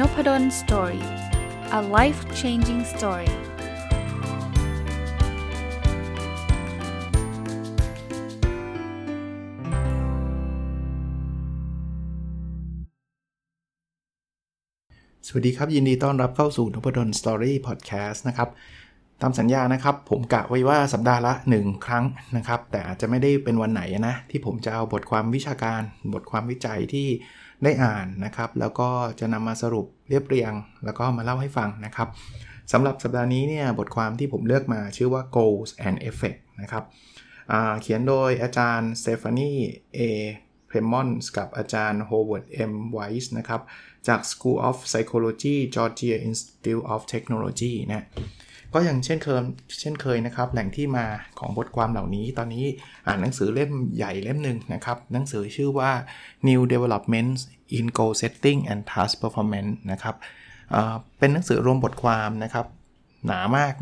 Noppadan Story. A life-changing story. สวัสดีครับยินดีต้อนรับเข้าสู่ Noppadan Story Podcast นะครับตามสัญญานะครับผมกะไว้ว่าสัปดาห์ละ1ครั้งนะครับแต่อาจจะไม่ได้เป็นวันไหนนะที่ผมจะเอาบทความวิชาการบทความวิจัยที่ได้อ่านนะครับแล้วก็จะนำมาสรุปเรียบเรียงแล้วก็มาเล่าให้ฟังนะครับสำหรับสัปดาห์นี้เนี่ยบทความที่ผมเลือกมาชื่อว่า Goals and Effects นะครับเขียนโดยอาจารย์สเตฟานี A Premons กับอาจารย์ Howard M Weiss นะครับจาก School of Psychology Georgia Institute of Technology นะก็อย่างเช่นเคยนะครับแหล่งที่มาของบทความเหล่านี้ตอนนี้อ่านหนังสือเล่มใหญ่เล่มหนึ่งนะครับหนังสือชื่อว่า New Developments in Goal Setting and Task Performance นะครับเป็นหนังสือรวมบทความนะครับหนามาก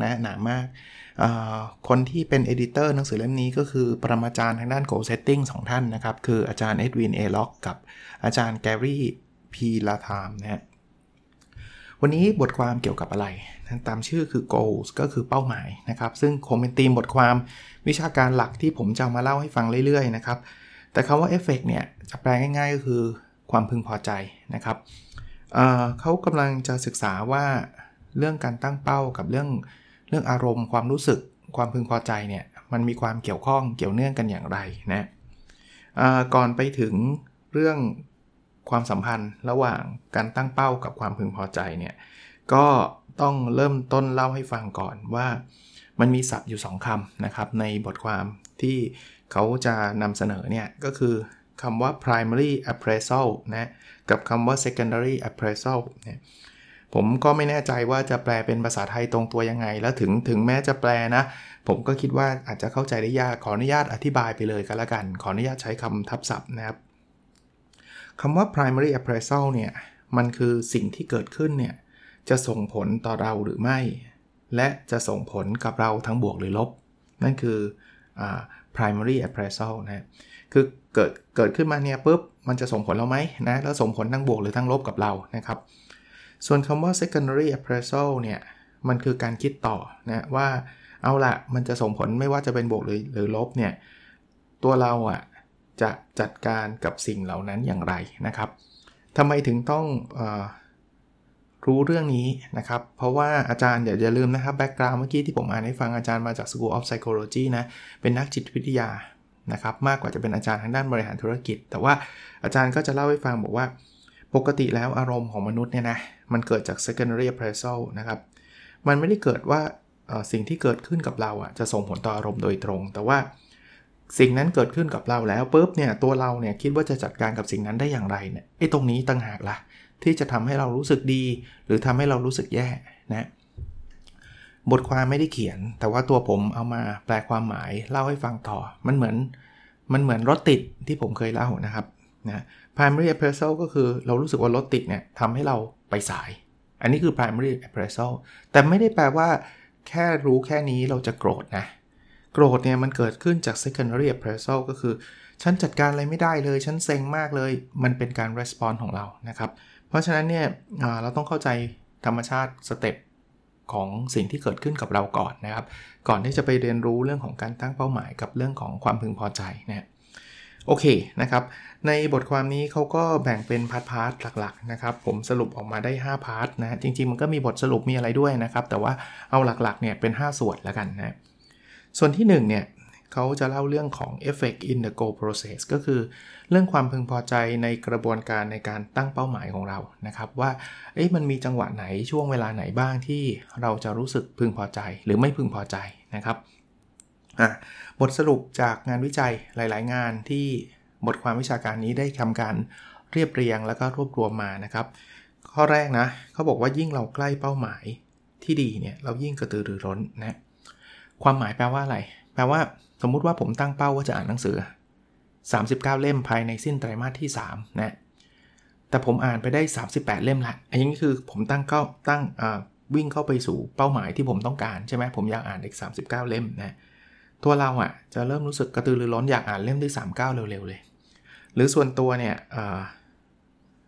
คนที่เป็นเอดิเตอร์หนังสือเล่มนี้ก็คือปรมาจารย์ทางด้าน Goal Setting 2 ท่านนะครับคืออาจารย์เอ็ดวิน เอล็อกกับอาจารย์แกรี่พีลาธามนะฮะวันนี้บทความเกี่ยวกับอะไรตามชื่อคือ goals ก็คือเป้าหมายนะครับซึ่งคงเป็นธีมบทความวิชาการหลักที่ผมจะมาเล่าให้ฟังเรื่อยๆนะครับแต่คำว่า effect เนี่ยจะแปลง่ายๆก็คือความพึงพอใจนะครับเขากำลังจะศึกษาว่าเรื่องการตั้งเป้ากับเรื่องอารมณ์ความรู้สึกความพึงพอใจเนี่ยมันมีความเกี่ยวข้องเกี่ยวเนื่องกันอย่างไรนะก่อนไปถึงเรื่องความสัมพันธ์ระหว่างการตั้งเป้ากับความพึงพอใจเนี่ยก็ต้องเริ่มต้นเล่าให้ฟังก่อนว่ามันมีศัพท์อยู่2คำนะครับในบทความที่เขาจะนำเสนอเนี่ยก็คือคำว่า primary appraisal นะกับคำว่า secondary appraisal เนี่ยผมก็ไม่แน่ใจว่าจะแปลเป็นภาษาไทยตรงตัวยังไงแล้วถึงแม้จะแปลนะผมก็คิดว่าอาจจะเข้าใจได้ยากขออนุญาตอธิบายไปเลยก็แล้วกันขออนุญาตใช้คำทับศัพท์นะครับคำว่า primary appraisal เนี่ยมันคือสิ่งที่เกิดขึ้นเนี่ยจะส่งผลต่อเราหรือไม่และจะส่งผลกับเราทั้งบวกหรือลบนั่นคือprimary appraisal นะคือเกิดขึ้นมาเนี่ยปุ๊บมันจะส่งผลเราไหมนะแล้วส่งผลทั้งบวกหรือทั้งลบกับเรานะครับส่วนคำว่า secondary appraisal เนี่ยมันคือการคิดต่อนะว่าเอาละมันจะส่งผลไม่ว่าจะเป็นบวกหรือลบเนี่ยตัวเราจะจัดการกับสิ่งเหล่านั้นอย่างไรนะครับทำไมถึงต้องรู้เรื่องนี้นะครับเพราะว่าอาจารย์อย่าลืมนะครับแบ็คกราวด์เมื่อกี้ที่ผมอ่านให้ฟังอาจารย์มาจาก School of Psychology นะเป็นนักจิตวิทยานะครับมากกว่าจะเป็นอาจารย์ทางด้านบริหารธุรกิจแต่ว่าอาจารย์ก็จะเล่าให้ฟังบอกว่าปกติแล้วอารมณ์ของมนุษย์เนี่ยนะมันเกิดจาก secondary appraisal นะครับมันไม่ได้เกิดว่าสิ่งที่เกิดขึ้นกับเราจะส่งผลต่ออารมณ์โดยตรงแต่ว่าสิ่งนั้นเกิดขึ้นกับเราแล้วปุ๊บเนี่ยตัวเราเนี่ยคิดว่าจะจัดการกับสิ่งนั้นได้อย่างไรเนี่ยไอ้ตรงนี้ต่างหากล่ะที่จะทำให้เรารู้สึกดีหรือทำให้เรารู้สึกแย่นะบทความไม่ได้เขียนแต่ว่าตัวผมเอามาแปลความหมายเล่าให้ฟังต่อมันเหมือนรถติดที่ผมเคยเล่านะครับนะ primary appraisal ก็คือเรารู้สึกว่ารถติดเนี่ยทำให้เราไปสายอันนี้คือ primary appraisal แต่ไม่ได้แปลว่าแค่รู้แค่นี้เราจะโกรธนะโกรธเนี่ยมันเกิดขึ้นจาก secondary appraisal ก็คือฉันจัดการอะไรไม่ได้เลยฉันเซ็งมากเลยมันเป็นการ response ของเรานะครับเพราะฉะนั้นเนี่ยเราต้องเข้าใจธรรมชาติสเต็ปของสิ่งที่เกิดขึ้นกับเราก่อนนะครับก่อนที่จะไปเรียนรู้เรื่องของการตั้งเป้าหมายกับเรื่องของความพึงพอใจนะโอเคนะครับในบทความนี้เขาก็แบ่งเป็นพาร์ทหลักๆนะครับผมสรุปออกมาได้5พาร์ทนะจริงๆมันก็มีบทสรุปมีอะไรด้วยนะครับแต่ว่าเอาหลักๆเนี่ยเป็น5ส่วนแล้วกันนะส่วนที่1เนี่ยเขาจะเล่าเรื่องของ effect in the goal process ก็คือเรื่องความพึงพอใจในกระบวนการในการตั้งเป้าหมายของเรานะครับว่ามันมีจังหวะไหนช่วงเวลาไหนบ้างที่เราจะรู้สึกพึงพอใจหรือไม่พึงพอใจนะครับบทสรุปจากงานวิจัยหลายๆงานที่บทความวิชาการนี้ได้ทำการเรียบเรียงแล้วก็รวบรวมมานะครับข้อแรกนะเขาบอกว่ายิ่งเราใกล้เป้าหมายที่ดีเนี่ยเรายิ่งกระตือรือร้นนะความหมายแปลว่าอะไรแปลว่าสมมุติว่าผมตั้งเป้าว่าจะอ่านหนังสือ39เล่มภายในสิ้นไตรมาสที่3นะแต่ผมอ่านไปได้38เล่มละอันนี้คือผมวิ่งเข้าไปสู่เป้าหมายที่ผมต้องการใช่ไหมผมอยากอ่านอีก39เล่มนะตัวเราจะเริ่มรู้สึกกระตือรือร้นอยากอ่านเล่มที่39เร็วๆเลยหรือส่วนตัวเนี่ย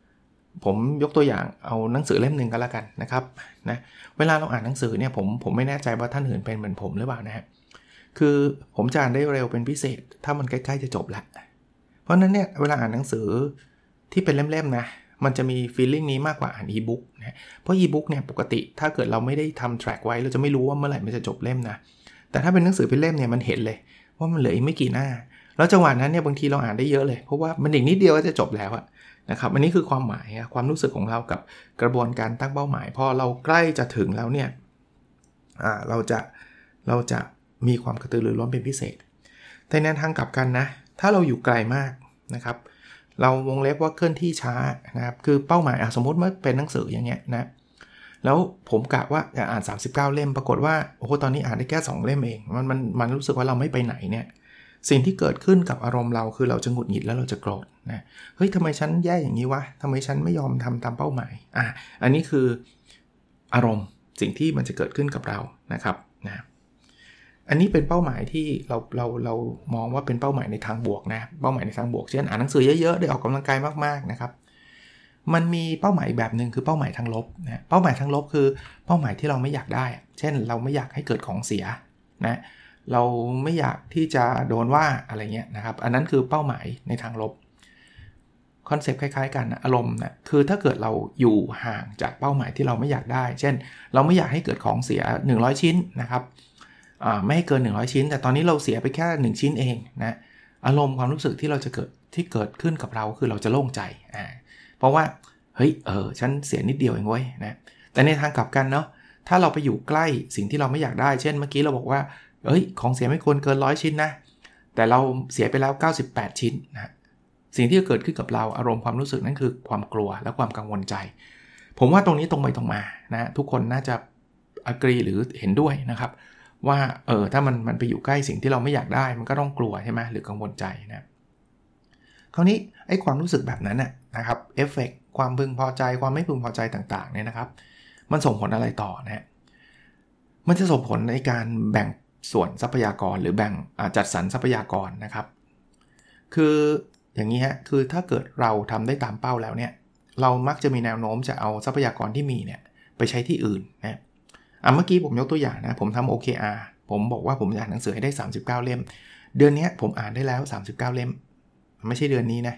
ผมยกตัวอย่างเอาหนังสือเล่มนึงก็แล้วกันนะครับนะเวลาเราอ่านหนังสือเนี่ยผมไม่แน่ใจว่าท่านอื่นเป็นเหมือนผมหรือเปล่านะฮะคือผมจะอ่านได้เร็วเป็นพิเศษถ้ามันใกล้ๆจะจบแล้วเพราะนั้นเนี่ยเวลาอ่านหนังสือที่เป็นเล่มๆนะมันจะมี feeling นี้มากกว่าอ่านอีบุ๊กนะเพราะอีบุ๊กเนี่ยปกติถ้าเกิดเราไม่ได้ทำ track ไว้เราจะไม่รู้ว่าเมื่อไหร่มันจะจบเล่มนะแต่ถ้าเป็นหนังสือเป็นเล่มเนี่ยมันเห็นเลยว่ามันเหลืออีกไม่กี่หน้าแล้วจังหวะนั้นเนี่ยบางทีเราอ่านได้เยอะเลยเพราะว่ามันอีกนิดเดียวก็จะจบแล้วอะนะครับอันนี้คือความหมายความรู้สึกของเรากับกระบวนการตั้งเป้าหมายพอเราใกล้จะถึงแล้วเนี่ยเราจะมีความกระตือรือร้นเป็นพิเศษแต่ในทางกลับกันนะถ้าเราอยู่ไกลมากนะครับเราวงเล็บว่าเคลื่อนที่ช้านะครับคือเป้าหมายสมมติว่าเป็นหนังสืออย่างเงี้ยนะแล้วผมกะว่าจะอ่าน39เล่มปรากฏว่าโอ้โหตอนนี้อ่านได้แค่2เล่มเองมันรู้สึกว่าเราไม่ไปไหนเนี่ยสิ่งที่เกิดขึ้นกับอารมณ์เราคือเราจะหงุดหงิดแล้วเราจะโกรธนะเฮ้ยทำไมฉันแย่อย่างนี้วะทำไมฉันไม่ยอมทำตามเป้าหมายอันนี้คืออารมณ์สิ่งที่มันจะเกิดขึ้นกับเรานะครับนะอันนี้เป็นเป้าหมายที่เรามองว่าเป็นเป้าหมายในทางบวกนะเป้าหมายในทางบวกเช่นอ่านหนังสือเยอะๆได้ออกกำลังกายมากๆนะครับมันมีเป้าหมายแบบนึงคือเป้าหมายทางลบนะเป้าหมายทางลบคือเป้าหมายที่เราไม่อยากได้เช่นเราไม่อยากให้เกิดของเสียนะเราไม่อยากที่จะโดนว่าอะไรเงี้ยนะครับอันนั้นคือเป้าหมายในทางลบคอนเซปต์คล้ายๆกันนะอารมณ์นะคือถ้าเกิดเราอยู่ห่างจากเป้าหมายที่เราไม่อยากได้เช่นเราไม่อยากให้เกิดของเสีย100ชิ้นนะครับไม่ให้เกิน100ชิ้นแต่ตอนนี้เราเสียไปแค่1ชิ้นเองนะอารมณ์ความรู้สึกที่เกิดขึ้นกับเราคือเราจะโล่งใจเพราะว่าเฮ้ยฉันเสียนิดเดียวเองเว้ยนะแต่ในทางกลับกันเนาะถ้าเราไปอยู่ใกล้สิ่งที่เราไม่อยากได้เช่นเมื่อกี้เราบอกว่าของเสียไม่ควรเกิน100ชิ้นนะแต่เราเสียไปแล้ว98ชิ้นนะสิ่งที่เกิดขึ้นกับเราอารมณ์ความรู้สึกนั่นคือความกลัวและความกังวลใจผมว่าตรงนี้ตรงไปตรงมานะทุกคนน่าจะagreeหรือเห็นด้วยนะครับว่าถ้ามันไปอยู่ใกล้สิ่งที่เราไม่อยากได้มันก็ต้องกลัวใช่ไหมหรือกังวลใจนะคราวนี้ไอ้ความรู้สึกแบบนั้นนะครับเอฟเฟกต์ความพึงพอใจความไม่พึงพอใจต่างๆเนี่ยนะครับมันส่งผลอะไรต่อนะมันจะส่งผลในการแบ่งส่วนทรัพยากรหรือแบ่งจัดสรรทรัพยากรนะครับคืออย่างนี้ฮะคือถ้าเกิดเราทำได้ตามเป้าแล้วเนี่ยเรามักจะมีแนวโน้มจะเอาทรัพยากรที่มีเนี่ยไปใช้ที่อื่นนะเมื่อกี้ผมยกตัวอย่างนะผมทำ OKR ผมบอกว่าผมอ่านหนังสือให้ได้39เล่มเดือนนี้ผมอ่านได้แล้ว39เล่มไม่ใช่เดือนนี้นะ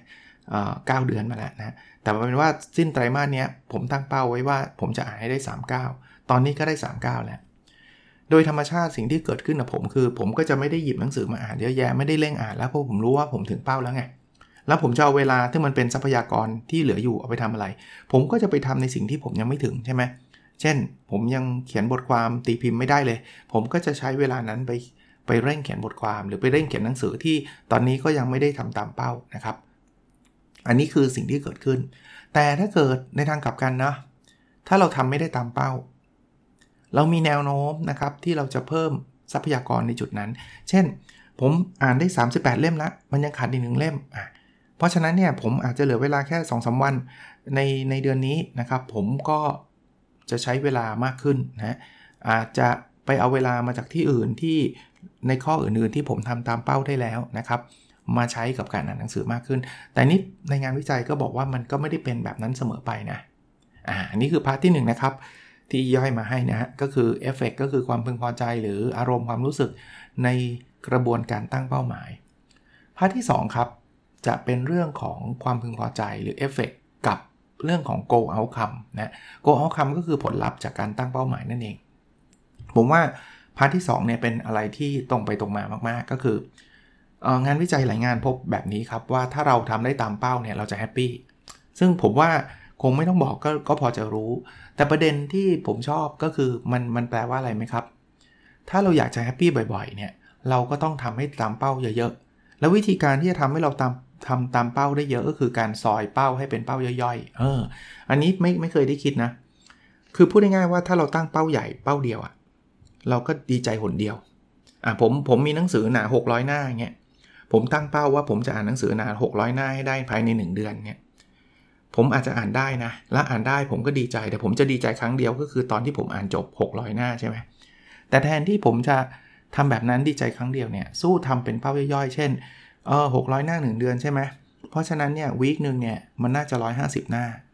9เดือนมาแล้วนะแต่เป็นว่าสิ้นไตรมาสเนี้ยผมตั้งเป้าไว้ว่าผมจะอ่านให้ได้39ตอนนี้ก็ได้39แล้วโดยธรรมชาติสิ่งที่เกิดขึ้นกับผมคือผมก็จะไม่ได้หยิบหนังสือมาอ่านเยอะแยะไม่ได้เร่งอ่านแล้วเพราะผมรู้ว่าผมถึงเป้าแล้วไงแล้วผมจะเอาเวลาที่มันเป็นทรัพยากรที่เหลืออยู่เอาไปทำอะไรผมก็จะไปทำในสิ่งที่ผมยังไม่ถึงใช่ไหมเช่นผมยังเขียนบทความตีพิมพ์ไม่ได้เลยผมก็จะใช้เวลานั้นไปเร่งเขียนบทความหรือไปเร่งเขียนหนังสือที่ตอนนี้ก็ยังไม่ได้ทำตามเป้านะครับอันนี้คือสิ่งที่เกิดขึ้นแต่ถ้าเกิดในทางกลับกันนะถ้าเราทำไม่ได้ตามเป้าเรามีแนวโน้มนะครับที่เราจะเพิ่มทรัพยากรในจุดนั้นเช่นผมอ่านได้38เล่มแล้วมันยังขาดอีก1เล่มเพราะฉะนั้นเนี่ยผมอาจจะเหลือเวลาแค่ 2-3 วันในเดือนนี้นะครับผมก็จะใช้เวลามากขึ้นนะอาจจะไปเอาเวลามาจากที่อื่นที่ในข้ออื่นๆที่ผมทำตามเป้าได้แล้วนะครับมาใช้กับการอ่านหนังสือมากขึ้นแต่นี้ในงานวิจัยก็บอกว่ามันก็ไม่ได้เป็นแบบนั้นเสมอไปนะอันนี้คือพาร์ทที่1นะครับที่ย่อยมาให้นะฮะก็คือเอฟเฟกต์ก็คือความพึงพอใจหรืออารมณ์ความรู้สึกในกระบวนการตั้งเป้าหมายพาร์ทที่2ครับจะเป็นเรื่องของความพึงพอใจหรือเอฟเฟกต์กับเรื่องของ goal outcome นะ goal outcome ก็คือผลลัพธ์จากการตั้งเป้าหมายนั่นเองผมว่าพาร์ทที่2เนี่ยเป็นอะไรที่ตรงไปตรงมามากๆก็คืองานวิจัยหลายงานพบแบบนี้ครับว่าถ้าเราทำได้ตามเป้าเนี่ยเราจะแฮปปี้ซึ่งผมว่าคงไม่ต้องบอกก็พอจะรู้แต่ประเด็นที่ผมชอบก็คือมันแปลว่าอะไรไหมครับถ้าเราอยากจะแฮปปี้บ่อยๆเนี่ยเราก็ต้องทำให้ตามเป้าเยอะๆแล้ววิธีการที่จะทำให้เราทำตามเป้าได้เยอะก็คือการซอยเป้าให้เป็นเป้าย่อยๆอันนี้ไม่เคยได้คิดนะคือพูดง่ายๆว่าถ้าเราตั้งเป้าใหญ่เป้าเดียวเราก็ดีใจหนเดียวผมมีหนังสือหนา600หน้าอย่างเงี้ยผมตั้งเป้าว่าผมจะอ่านหนังสือหนา600หน้าให้ได้ภายใน1เดือนเนี่ยผมอาจจะอ่านได้นะและอ่านได้ผมก็ดีใจแต่ผมจะดีใจครั้งเดียวก็คือตอนที่ผมอ่านจบ600หน้าใช่ไหมแต่แทนที่ผมจะทำแบบนั้นดีใจครั้งเดียวเนี่ยสู้ทำเป็นเป้าย่อยๆเช่น600หน้า1เดือนใช่ไหมเพราะฉะนั้นเนี่ยวีคนึงเนี่ยมันน่าจะ150หน้า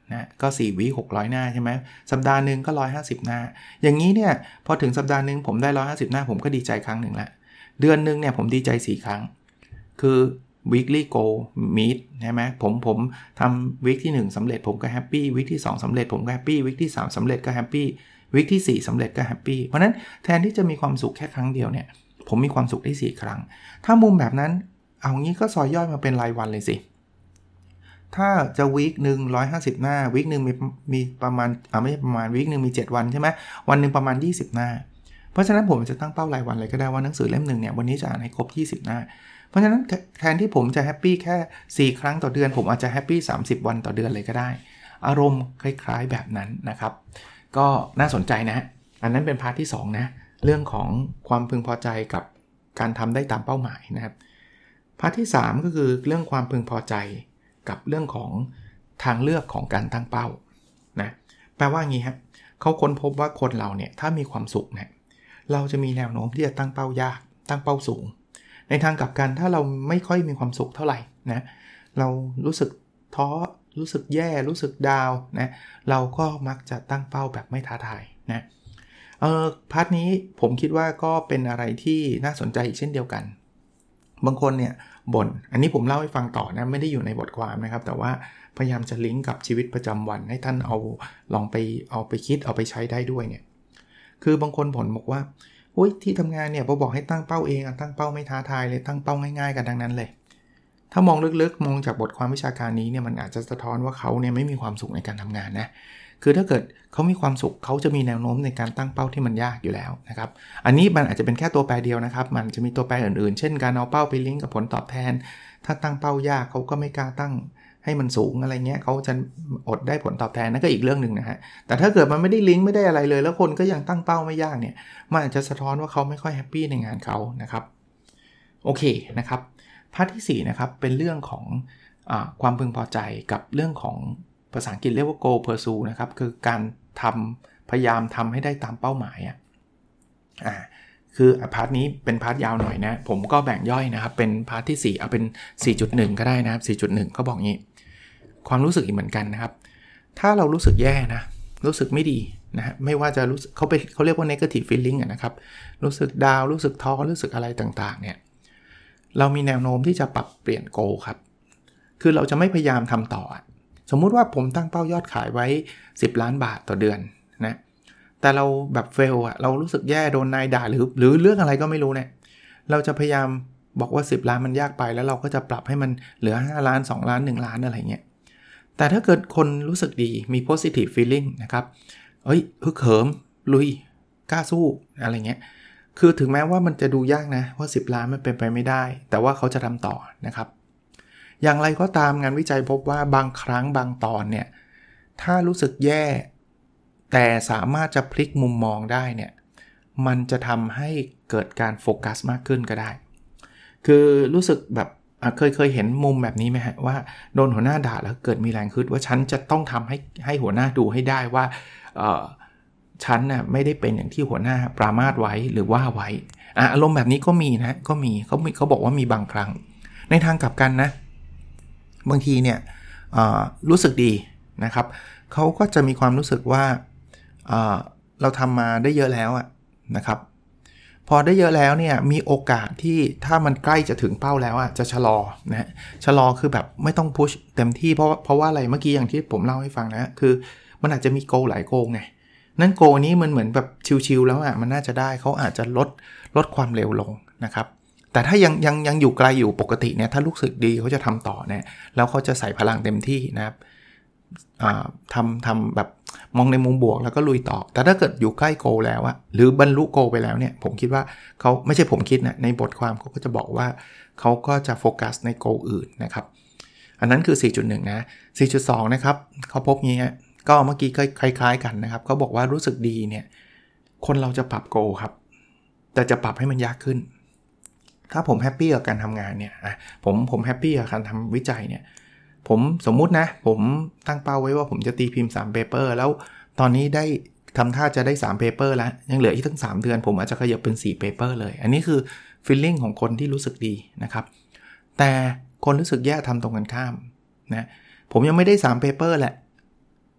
นะก็4วีค600หน้าใช่ไหมสัปดาห์นึงก็150หน้าอย่างนี้เนี่ยพอถึงสัปดาห์นึงผมได้150หน้าผมก็ดีใจครั้งนึงละเดือนนึงเนี่ยผมดีใจ4ครั้งคือ weekly goal meet ใช่ไหมผมทำวีคที่1สำเร็จผมก็แฮปปี้วีคที่2สำเร็จผมก็แฮปปี้วีคที่3สำเร็จก็แฮปปี้วีคที่4สำเร็จก็แฮปปี้เพราะนั้นแทนที่จะมีความสุขแค่ครั้งเดียวเนี่ยผมมีความสุขได้4ครั้งถ้ามุมแบบนั้นเอางี้ก็ซอยย่อยมาเป็นรายวันเลยสิถ้าจะวีคนึง150หน้าวีคนึงมีประมาณไม่ใช่ประมาณวีคนึงมี7วันใช่ไหมวันนึงประมาณ20หน้าเพราะฉะนั้นผมจะตั้งเป้ารายวันเลยก็ได้ว่าหนังสือเล่มนึงเนี่ยวันนี้จะอ่านให้ครบ20หน้าเพราะฉะนั้นแทนที่ผมจะแฮปปี้แค่4ครั้งต่อเดือนผมอาจจะแฮปปี้30วันต่อเดือนเลยก็ได้อารมณ์คล้ายๆแบบนั้นนะครับก็น่าสนใจนะอันนั้นเป็นพาร์ทที่2นะเรื่องของความพึงพอใจกับการทำได้ตามเป้าหมายนะครับพาร์ทที่3ก็คือเรื่องความพึงพอใจกับเรื่องของทางเลือกของการตั้งเป้านะแปลว่างี้ครับเขาค้นพบว่าคนเราเนี่ยถ้ามีความสุขเนี่ยเราจะมีแนวโน้มที่จะตั้งเป้ายากตั้งเป้าสูงในทางกลับกันถ้าเราไม่ค่อยมีความสุขเท่าไหร่นะเรารู้สึกท้อรู้สึกแย่รู้สึกดาวนะเราก็มักจะตั้งเป้าแบบไม่ท้าทายนะพาร์ทนี้ผมคิดว่าก็เป็นอะไรที่น่าสนใจอีกเช่นเดียวกันบางคนเนี่ยบ่นอันนี้ผมเล่าให้ฟังต่อนะไม่ได้อยู่ในบทความนะครับแต่ว่าพยายามจะลิงก์กับชีวิตประจำวันให้ท่านลองเอาไปคิดเอาไปใช้ได้ด้วยเนี่ยคือบางคนบ่นบอกว่าอุ๊ยที่ทำงานเนี่ยพอบอกให้ตั้งเป้าเองตั้งเป้าไม่ท้าทายเลยตั้งเป้าง่ายๆกันดังนั้นเลยถ้ามองลึกๆมองจากบทความวิชาการนี้เนี่ยมันอาจจะสะท้อนว่าเขาเนี่ยไม่มีความสุขในการทำงานนะคือถ้าเกิดเขามีความสุขเขาจะมีแนวโน้มในการตั้งเป้าที่มันยากอยู่แล้วนะครับอันนี้มันอาจจะเป็นแค่ตัวแปรเดียวนะครับมันจะมีตัวแปรอื่นๆเช่นการเอาเป้าไปลิงก์กับผลตอบแทนถ้าตั้งเป้ายากเขาก็ไม่กล้าตั้งให้มันสูงอะไรเงี้ยเขาจะอดได้ผลตอบแทนนั่นก็อีกเรื่องนึงนะฮะแต่ถ้าเกิดมันไม่ได้ลิงก์ไม่ได้อะไรเลยแล้วคนก็ยังตั้งเป้าไม่ยากเนี่ยมันอาจจะสะท้อนว่าเขาไม่ค่อยแฮปปี้ในงานเขานะครับโอเคนะครับพาร์ทที่4นะครับเป็นเรื่องของความพึงพอใจกับเรื่องของภาษาอังกฤษเรียกว่า goal pursue นะครับคือการพยายามทำให้ได้ตามเป้าหมายคือพาร์ทนี้เป็นพาร์ทยาวหน่อยนะผมก็แบ่งย่อยนะครับเป็นพาร์ทที่4เอาเป็น 4.1 ก็ได้นะครับ 4.1 เขาบอกงี้ความรู้สึกอีกเหมือนกันนะครับถ้าเรารู้สึกแย่นะรู้สึกไม่ดีนะฮะไม่ว่าจะรู้สึกเขาเรียกว่า negative feeling นะครับรู้สึกดาวรู้สึกท้อรู้สึกอะไรต่างๆเนี่ยเรามีแนวโน้มที่จะปรับเปลี่ยน goal ครับคือเราจะไม่พยายามทำต่อสมมุติว่าผมตั้งเป้ายอดขายไว้10ล้านบาทต่อเดือนนะแต่เราแบบเฟลเรารู้สึกแย่โดนนายด่าหรือเรื่องอะไรก็ไม่รู้เนี่ยเราจะพยายามบอกว่า10ล้านมันยากไปแล้วเราก็จะปรับให้มันเหลือ5ล้าน2ล้าน1ล้านอะไรเงี้ยแต่ถ้าเกิดคนรู้สึกดีมี positive feeling นะครับฮึกเหิมลุยกล้าสู้อะไรเงี้ยคือถึงแม้ว่ามันจะดูยากนะว่า10ล้านมันเป็นไปไม่ได้แต่ว่าเขาจะทำต่อนะครับอย่างไรก็ตามงานวิจัยพบว่าบางครั้งบางตอนเนี่ยถ้ารู้สึกแย่แต่สามารถจะพลิกมุมมองได้เนี่ยมันจะทำให้เกิดการโฟกัสมากขึ้นก็ได้คือรู้สึกแบบเคยเห็นมุมแบบนี้ไหมฮะว่าโดนหัวหน้าด่าแล้วเกิดมีแรงฮึดว่าฉันจะต้องทำให้หัวหน้าดูให้ได้ว่าฉันน่ะไม่ได้เป็นอย่างที่หัวหน้าปรามาสไว้หรือว่าไว้อารมณ์แบบนี้ก็มีนะก็มีเขาบอกว่ามีบางครั้งในทางกลับกันนะบางทีเนี่ยรู้สึกดีนะครับเขาก็จะมีความรู้สึกว่าเราทำมาได้เยอะแล้วนะครับพอได้เยอะแล้วเนี่ยมีโอกาสที่ถ้ามันใกล้จะถึงเป้าแล้วจะชะลอนะชะลอคือแบบไม่ต้องพุชเต็มที่เพราะว่าอะไรเมื่อกี้อย่างที่ผมเล่าให้ฟังนะคือมันอาจจะมีโกหลายโกไงนั่นโกนี้มันเหมือนแบบชิวๆแล้วมันน่าจะได้เขาอาจจะลดความเร็วลงนะครับแต่ถ้ายังอยู่ไกลอยู่ปกติเนี่ยถ้ารู้สึกดีเขาจะทำต่อเนี่ยแล้วเขาจะใส่พลังเต็มที่นะครับทำแบบมองในมุมบวกแล้วก็ลุยต่อแต่ถ้าเกิดอยู่ใกล้โกแล้วหรือบรรลุโกไปแล้วเนี่ยผมคิดว่าเขาไม่ใช่ผมคิดนะในบทความเขาก็จะบอกว่าเขาก็จะโฟกัสในโกอื่นนะครับอันนั้นคือ 4.1 นะ 4.2 นะครับเขาพบงี้ก็เมื่อกี้คล้ายๆกันนะครับเขาบอกว่ารู้สึกดีเนี่ยคนเราจะปรับโกครับแต่จะปรับให้มันยากขึ้นถ้าผมแฮปปี้กับการทำงานเนี่ยผมแฮปปี้กับการทำวิจัยเนี่ยผมสมมุตินะผมตั้งเป้าไว้ว่าผมจะตีพิมพ์3 paper แล้วตอนนี้ได้ทำท่าจะได้3 paper แล้วยังเหลืออีกตั้ง3เดือนผมอาจจะขยับเป็น4 paper เลยอันนี้คือ feeling ของคนที่รู้สึกดีนะครับแต่คนรู้สึกแย่ทำตรงกันข้ามนะผมยังไม่ได้3 paper แหละ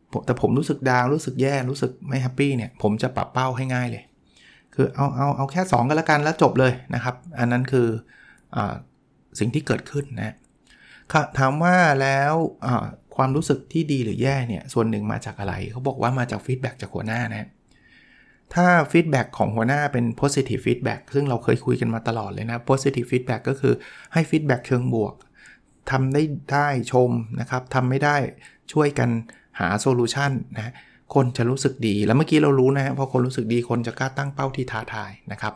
แต่ผมรู้สึกดาวรู้สึกแย่รู้สึกไม่แฮปปี้เนี่ยผมจะปรับเป้าให้ง่ายเลยคือเอาแค่2กันละกันแล้วจบเลยนะครับอันนั้นคือสิ่งที่เกิดขึ้นนะถามว่าแล้วความรู้สึกที่ดีหรือแย่เนี่ยส่วนหนึ่งมาจากอะไรเขาบอกว่ามาจากฟีดแบ็กจากหัวหน้านะถ้าฟีดแบ็กของหัวหน้าเป็น positive feedback ซึ่งเราเคยคุยกันมาตลอดเลยนะ positive feedback ก็คือให้ฟีดแบ็กเชิงบวกทำได้ชมนะครับทำไม่ได้ช่วยกันหาโซลูชันนะคนจะรู้สึกดีแล้วเมื่อกี้เรารู้นะพอคนรู้สึกดีคนจะกล้าตั้งเป้าที่ท้าทายนะครับ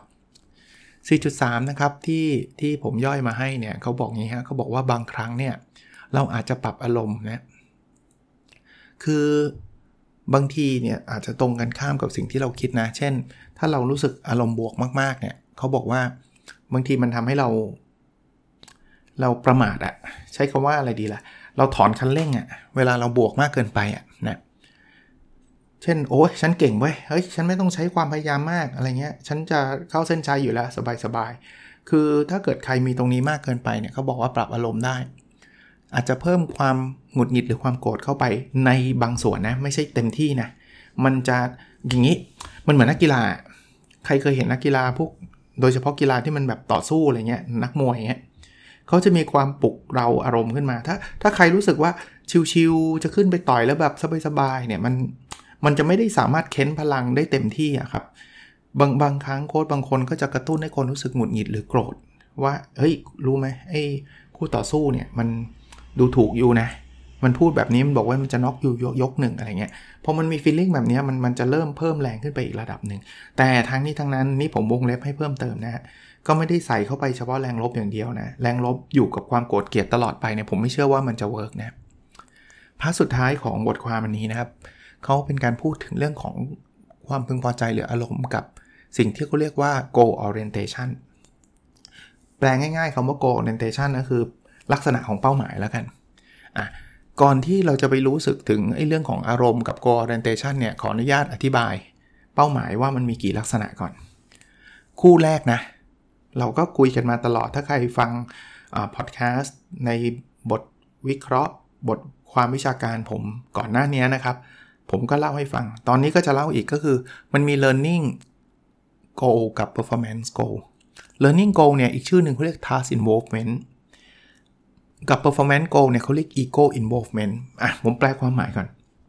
4.3 นะครับที่ผมย่อยมาให้เนี่ยเขาบอกงี้ฮะเขาบอกว่าบางครั้งเนี่ยเราอาจจะปรับอารมณ์นะคือบางทีเนี่ยอาจจะตรงกันข้ามกับสิ่งที่เราคิดนะเช่นถ้าเรารู้สึกอารมณ์บวกมากๆเนี่ยเขาบอกว่าบางทีมันทำให้เราประมาทอะใช้คำว่าอะไรดีล่ะเราถอนคันเร่งอะเวลาเราบวกมากเกินไปอะนะเช่นโอ้ยฉันเก่งเว้ยเฮ้ยฉันไม่ต้องใช้ความพยายามมากอะไรเงี้ยฉันจะเข้าเส้นชัยอยู่แล้วสบายๆคือถ้าเกิดใครมีตรงนี้มากเกินไปเนี่ยเขาบอกว่าปรับอารมณ์ได้อาจจะเพิ่มความหงุดหงิดหรือความโกรธเข้าไปในบางส่วนนะไม่ใช่เต็มที่นะมันจะอย่างนี้มันเหมือนนักกีฬาใครเคยเห็นนักกีฬาพวกโดยเฉพาะกีฬาที่มันแบบต่อสู้อะไรเงี้ยนักมวยเงี้ยเขาจะมีความปลุกเราอารมณ์ขึ้นมาถ้าใครรู้สึกว่าชิวๆจะขึ้นไปต่อยแล้วแบบสบายๆเนี่ยมันจะไม่ได้สามารถเค้นพลังได้เต็มที่อะครับบางครั้งโค้ชบางคนก็จะกระตุ้นให้คนรู้สึกหงุดหงิดหรือโกรธว่าเฮ้ยรู้ไหมไอ้คู่ต่อสู้เนี่ยมันดูถูกอยู่นะมันพูดแบบนี้มันบอกว่ามันจะน็อกอยู่ยกหนึ่งอะไรเงี้ยพอมันมีฟีลลิ่งแบบนี้มันจะเริ่มเพิ่มแรงขึ้นไปอีกระดับหนึ่งแต่ทั้งนี้ทั้งนั้นนี่ผมวงเล็บให้เพิ่มเติมนะฮะก็ไม่ได้ใส่เข้าไปเฉพาะแรงลบอย่างเดียวนะแรงลบอยู่กับความโกรธเกลียดตลอดไปเนี่ยผมไม่เชื่อว่ามันจะเวิร์กนะพาร์ทสุดท้ายของบทความอันนี้นะครับเขาเป็นการพูดถึงเรื่องของความพึงพอใจหรืออารมณ์กับสิ่งที่เขาเรียกว่า goal orientation แปลง่ายๆคำว่า goal orientation ก็คือลักษณะของเป้าหมายแล้วกันก่อนที่เราจะไปรู้สึกถึงเรื่องของอารมณ์กับ goal orientation เนี่ยขออนุญาตอธิบายเป้าหมายว่ามันมีกี่ลักษณะก่อนคู่แรกนะเราก็คุยกันมาตลอดถ้าใครฟังพอดแคสต์ในบทวิเคราะห์บทความวิชาการผมก่อนหน้านี้นะครับผมก็เล่าให้ฟังตอนนี้ก็จะเล่าอีกก็คือมันมี learning goal กับ performance goal learning goal เนี่ยอีกชื่อหนึ่งเขาเรียก task involvement กับ performance goal เนี่ยเขาเรียก ego involvement ผมแปลความหมายก่อน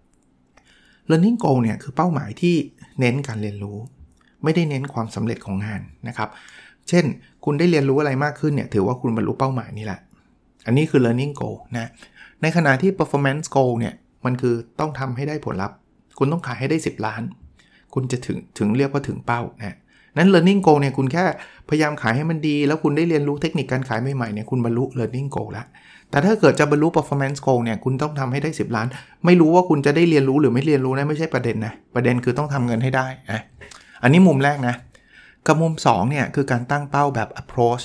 learning goal เนี่ยคือเป้าหมายที่เน้นการเรียนรู้ไม่ได้เน้นความสำเร็จของงานนะครับเช่นคุณได้เรียนรู้อะไรมากขึ้นเนี่ยถือว่าคุณบรรลุเป้าหมายนี่แหละอันนี้คือ learning goal นะในขณะที่ performance goal เนี่ยมันคือต้องทำให้ได้ผลลัพธ์คุณต้องขายให้ได้10ล้านคุณจะถึงเรียกว่าถึงเป้านะนั้น learning goal เนี่ยคุณแค่พยายามขายให้มันดีแล้วคุณได้เรียนรู้เทคนิคการขายใหม่ๆเนี่ยคุณบรรลุ learning goal แล้วแต่ถ้าเกิดจะบรรลุ performance goal เนี่ยคุณต้องทำให้ได้10ล้านไม่รู้ว่าคุณจะได้เรียนรู้หรือไม่เรียนรู้นะไม่ใช่ประเด็นนะประเด็นคือต้องทำเงินให้ได้อันนี้มุมแรกนะกับมุม2เนี่ยคือการตั้งเป้าแบบ approach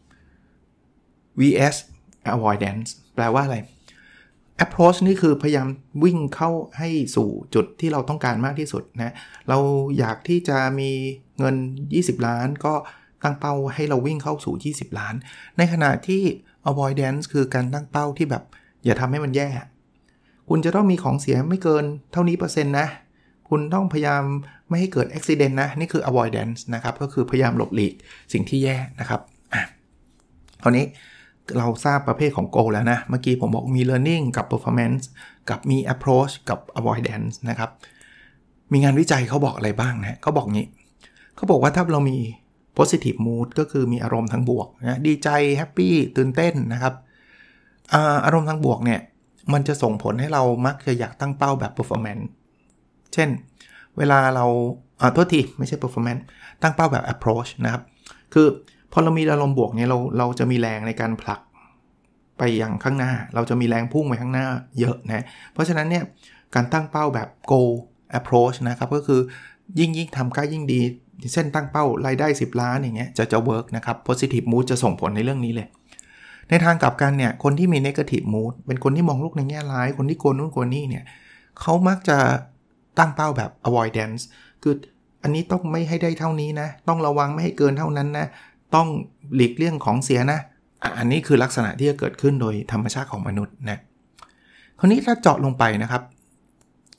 vs avoidance แปลว่าอะไร approach นี่คือพยายามวิ่งเข้าให้สู่จุดที่เราต้องการมากที่สุดนะเราอยากที่จะมีเงิน20ล้านก็ตั้งเป้าให้เราวิ่งเข้าสู่20ล้านในขณะที่ avoidance คือการตั้งเป้าที่แบบอย่าทำให้มันแย่คุณจะต้องมีของเสียไม่เกินเท่านี้เปอร์เซ็นต์นะคุณต้องพยายามไม่ให้เกิด accident นะนี่คือ avoidance นะครับก็คือพยายามหลบหลีกสิ่งที่แย่นะครับคราวนี้เราทราบประเภทของ goal แล้วนะเมื่อกี้ผมบอกมี learning กับ performance กับมี approach กับ avoidance นะครับมีงานวิจัยเขาบอกอะไรบ้างนะเขาบอกงี้เขาบอกว่าถ้าเรามี positive mood ก็คือมีอารมณ์ทางบวกนะดีใจ happy ตื่นเต้นนะครับอารมณ์ทางบวกเนี่ยมันจะส่งผลให้เรามักจะอยากตั้งเป้าแบบ performance เช่นเวลาเราโทษทีไม่ใช่ performance ตั้งเป้าแบบ approach นะครับคือพอเรามีอารมณ์บวกเนี่ยเราจะมีแรงในการผลักไปยังข้างหน้าเราจะมีแรงพุ่งไปข้างหน้าเยอะนะเพราะฉะนั้นเนี่ยการตั้งเป้าแบบ goal approach นะครับก็คือยิ่งทำใกล้ยิ่งดีเช่นตั้งเป้ารายได้10ล้านอย่างเงี้ยจะ work นะครับ positive mood จะส่งผลในเรื่องนี้เลยในทางกลับกันเนี่ยคนที่มี negative mood เป็นคนที่มองโลกในแง่ร้ายคนที่โกนนู่นโกนนี่เนี่ยเขามักจะตั้งเป้าแบบ avoidance คืออันนี้ต้องไม่ให้ได้เท่านี้นะต้องระวังไม่ให้เกินเท่านั้นนะต้องหลีกเลี่ยงของเสียนะอันนี้คือลักษณะที่จะเกิดขึ้นโดยธรรมชาติของมนุษย์นะคราวนี้ถ้าเจาะลงไปนะครับ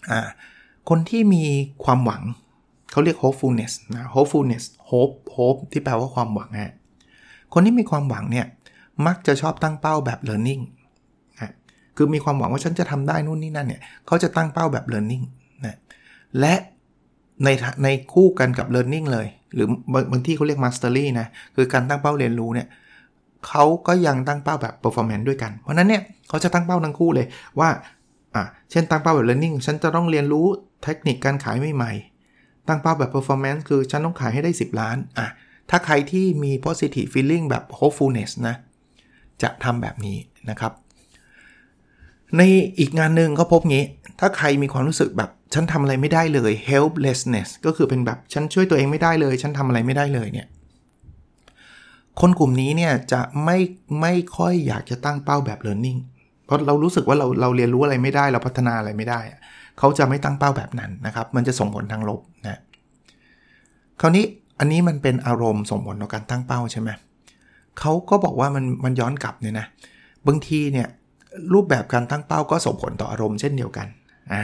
คนที่มีความหวังเขาเรียก hopefulness นะ hopefulness hope ที่แปลว่าความหวังฮะคนที่มีความหวังเนี่ยมักจะชอบตั้งเป้าแบบ learning นะคือมีความหวังว่าฉันจะทำได้นู่นนี่นั่นเนี่ยเขาจะตั้งเป้าแบบ learning นะและในคู่กันกับ learning เลยหรือบางที่เขาเรียก mastery นะคือการตั้งเป้าเรียนรู้เนี่ยเขาก็ยังตั้งเป้าแบบ performance ด้วยกันเพราะนั้นเนี่ยเขาจะตั้งเป้าทั้งคู่เลยว่าเช่นตั้งเป้าแบบ learning ฉันจะต้องเรียนรู้เทคนิคการขายใหม่ๆตั้งเป้าแบบ performance คือฉันต้องขายให้ได้10ล้านถ้าใครที่มี positive feeling แบบ hopefulness นะจะทำแบบนี้นะครับในอีกงานหนึ่งก็พบงี้ถ้าใครมีความรู้สึกแบบฉันทำอะไรไม่ได้เลย helplessness ก็คือเป็นแบบฉันช่วยตัวเองไม่ได้เลยฉันทำอะไรไม่ได้เลยเนี่ยคนกลุ่มนี้เนี่ยจะไม่ค่อยอยากจะตั้งเป้าแบบ learning เพราะเรารู้สึกว่าเราเรียนรู้อะไรไม่ได้เราพัฒนาอะไรไม่ได้เขาจะไม่ตั้งเป้าแบบนั้นนะครับมันจะส่งผลทางลบนะคราวนี้อันนี้มันเป็นอารมณ์ส่งผลต่อการตั้งเป้าใช่ไหมเขาก็บอกว่ามันย้อนกลับเนี่ยนะบางทีเนี่ยรูปแบบการตั้งเป้าก็ส่งผลต่ออารมณ์เช่นเดียวกัน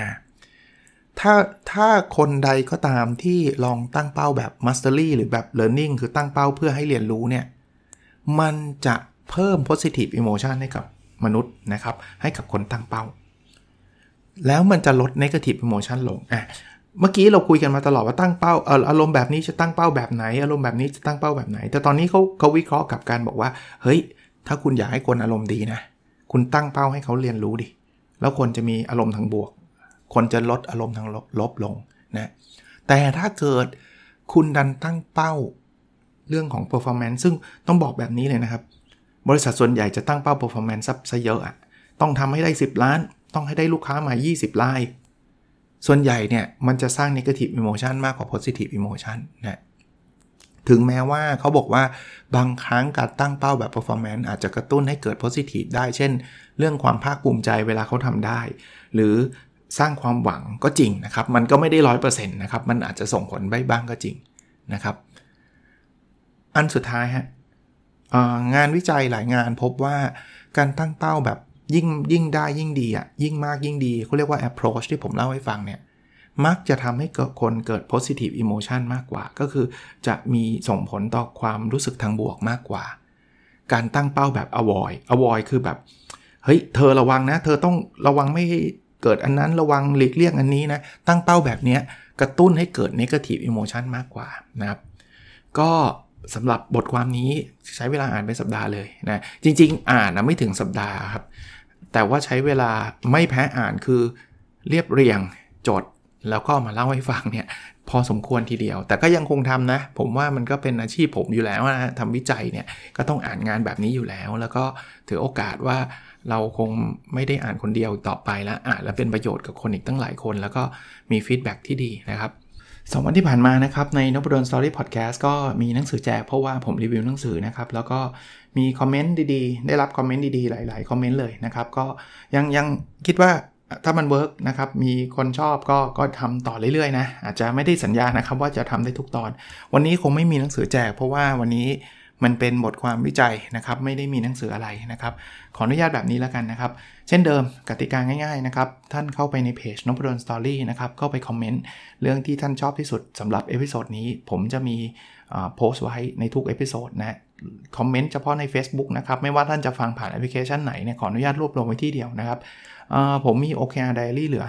ถ้าคนใดก็ตามที่ลองตั้งเป้าแบบ mastery หรือแบบ learning คือตั้งเป้าเพื่อให้เรียนรู้เนี่ยมันจะเพิ่ม positive emotion ให้กับมนุษย์นะครับให้กับคนตั้งเป้าแล้วมันจะลด negative emotion ลงเมื่อกี้เราคุยกันมาตลอดว่าตั้งเป้าอารมณ์แบบนี้จะตั้งเป้าแบบไหนอารมณ์แบบนี้จะตั้งเป้าแบบไหนแต่ตอนนี้เขาวิเคราะห์กับการบอกว่าเฮ้ยถ้าคุณอยากให้คนอารมณ์ดีนะคุณตั้งเป้าให้เขาเรียนรู้ดิแล้วคนจะมีอารมณ์ทางบวกคนจะลดอารมณ์ทางลบลงนะแต่ถ้าเกิดคุณดันตั้งเป้าเรื่องของ performance ซึ่งต้องบอกแบบนี้เลยนะครับบริษัทส่วนใหญ่จะตั้งเป้า performance ซะเยอะต้องทำให้ได้10ล้านต้องให้ได้ลูกค้ามา20รายส่วนใหญ่เนี่ยมันจะสร้าง negative emotion มากกว่า positive emotion นะถึงแม้ว่าเขาบอกว่าบางครั้งการตั้งเป้าแบบ performance อาจจะกระตุ้นให้เกิด positive ได้เช่นเรื่องความภาคภูมิใจเวลาเขาทำได้หรือสร้างความหวังก็จริงนะครับมันก็ไม่ได้ 100% นะครับมันอาจจะส่งผลบ้างก็จริงนะครับอันสุดท้ายฮะงานวิจัยหลายงานพบว่าการตั้งเป้าแบบยิ่งได้ยิ่งดียิ่งมากยิ่งดีเขาเรียกว่า approach ที่ผมเล่าให้ฟังเนี่ยมักจะทำให้คนเกิด positive emotion มากกว่าก็คือจะมีส่งผลต่อความรู้สึกทางบวกมากกว่าการตั้งเป้าแบบ avoid คือแบบเฮ้ยเธอระวังนะเธอต้องระวังไม่ให้เกิดอันนั้นระวังหลีกเลี่ยงอันนี้นะตั้งเป้าแบบนี้กระตุ้นให้เกิด negative emotion มากกว่านะครับก็สำหรับบทความนี้ใช้เวลาอ่านเป็นสัปดาห์เลยนะจริงๆอ่านนะไม่ถึงสัปดาห์ครับแต่ว่าใช้เวลาไม่แพ้อ่านคือเรียบเรียงจดแล้วก็มาเล่าให้ฟังเนี่ยพอสมควรทีเดียวแต่ก็ยังคงทำนะผมว่ามันก็เป็นอาชีพผมอยู่แล้วนะทำวิจัยเนี่ยก็ต้องอ่านงานแบบนี้อยู่แล้วแล้วก็ถือโอกาสว่าเราคงไม่ได้อ่านคนเดียวต่อไปแล้วอ่านแล้วเป็นประโยชน์กับคนอีกตั้งหลายคนแล้วก็มีฟีดแบ็กที่ดีนะครับ2 วันที่ผ่านมานะครับในนพดล Story Podcast ก็มีหนังสือแจกเพราะว่าผมรีวิวหนังสือนะครับแล้วก็มีคอมเมนต์ดีๆได้รับคอมเมนต์ดีๆหลายๆคอมเมนต์เลยนะครับก็ยังคิดว่าถ้ามันเวิร์กนะครับมีคนชอบก็ทำต่อเรื่อยๆนะอาจจะไม่ได้สัญญานะครับว่าจะทำได้ทุกตอนวันนี้คงไม่มีหนังสือแจกเพราะว่าวันนี้มันเป็นบทความวิจัยนะครับไม่ได้มีหนังสืออะไรนะครับขออนุญาตแบบนี้แล้วกันนะครับเช่นเดิมกติกาง่ายๆนะครับท่านเข้าไปในเพจนพดล Story นะครับเข้าไปคอมเมนต์เรื่องที่ท่านชอบที่สุดสำหรับเอพิโซดนี้ผมจะมีโพสต์ไว้ในทุกเอพิโซดนะคอมเมนต์เฉพาะใน Facebook นะครับไม่ว่าท่านจะฟังผ่านแอปพลิเคชันไหนเนี่ยขออนุญาตรวบรวมไว้ที่เดียวนะครับผมมี OKR Diary เหลือ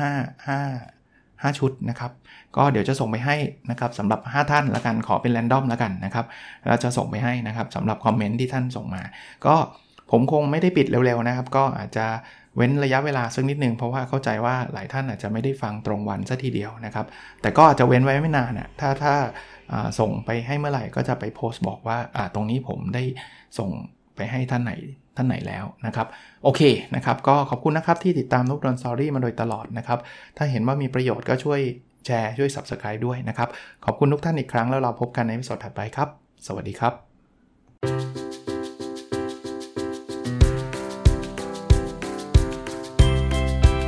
5ชุดนะครับก็เดี๋ยวจะส่งไปให้นะครับสำหรับ5ท่านละกันขอเป็นแรนดอมละกันนะครับแล้วจะส่งไปให้นะครับสำหรับคอมเมนต์ที่ท่านส่งมาก็ผมคงไม่ได้ปิดเร็วๆนะครับก็อาจจะเว้นระยะเวลาสักนิดนึงเพราะว่าเข้าใจว่าหลายท่านอาจจะไม่ได้ฟังตรงวันซะทีเดียวนะครับแต่ก็อาจจะเว้นไว้ไม่นานถ้าส่งไปให้เมื่อไหร่ก็จะไปโพสต์บอกว่าตรงนี้ผมได้ส่งไปให้ท่านไหนแล้วนะครับโอเคนะครับก็ขอบคุณนะครับที่ติดตามนพดล Story มาโดยตลอดนะครับถ้าเห็นว่ามีประโยชน์ก็ช่วยแชร์ช่วย Subscribe ด้วยนะครับขอบคุณทุกท่านอีกครั้งแล้วเราพบกันในเอพิโซดถัดไปครับสวัสดีครับ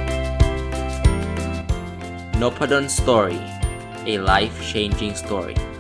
Noppadan Story, a life-changing story.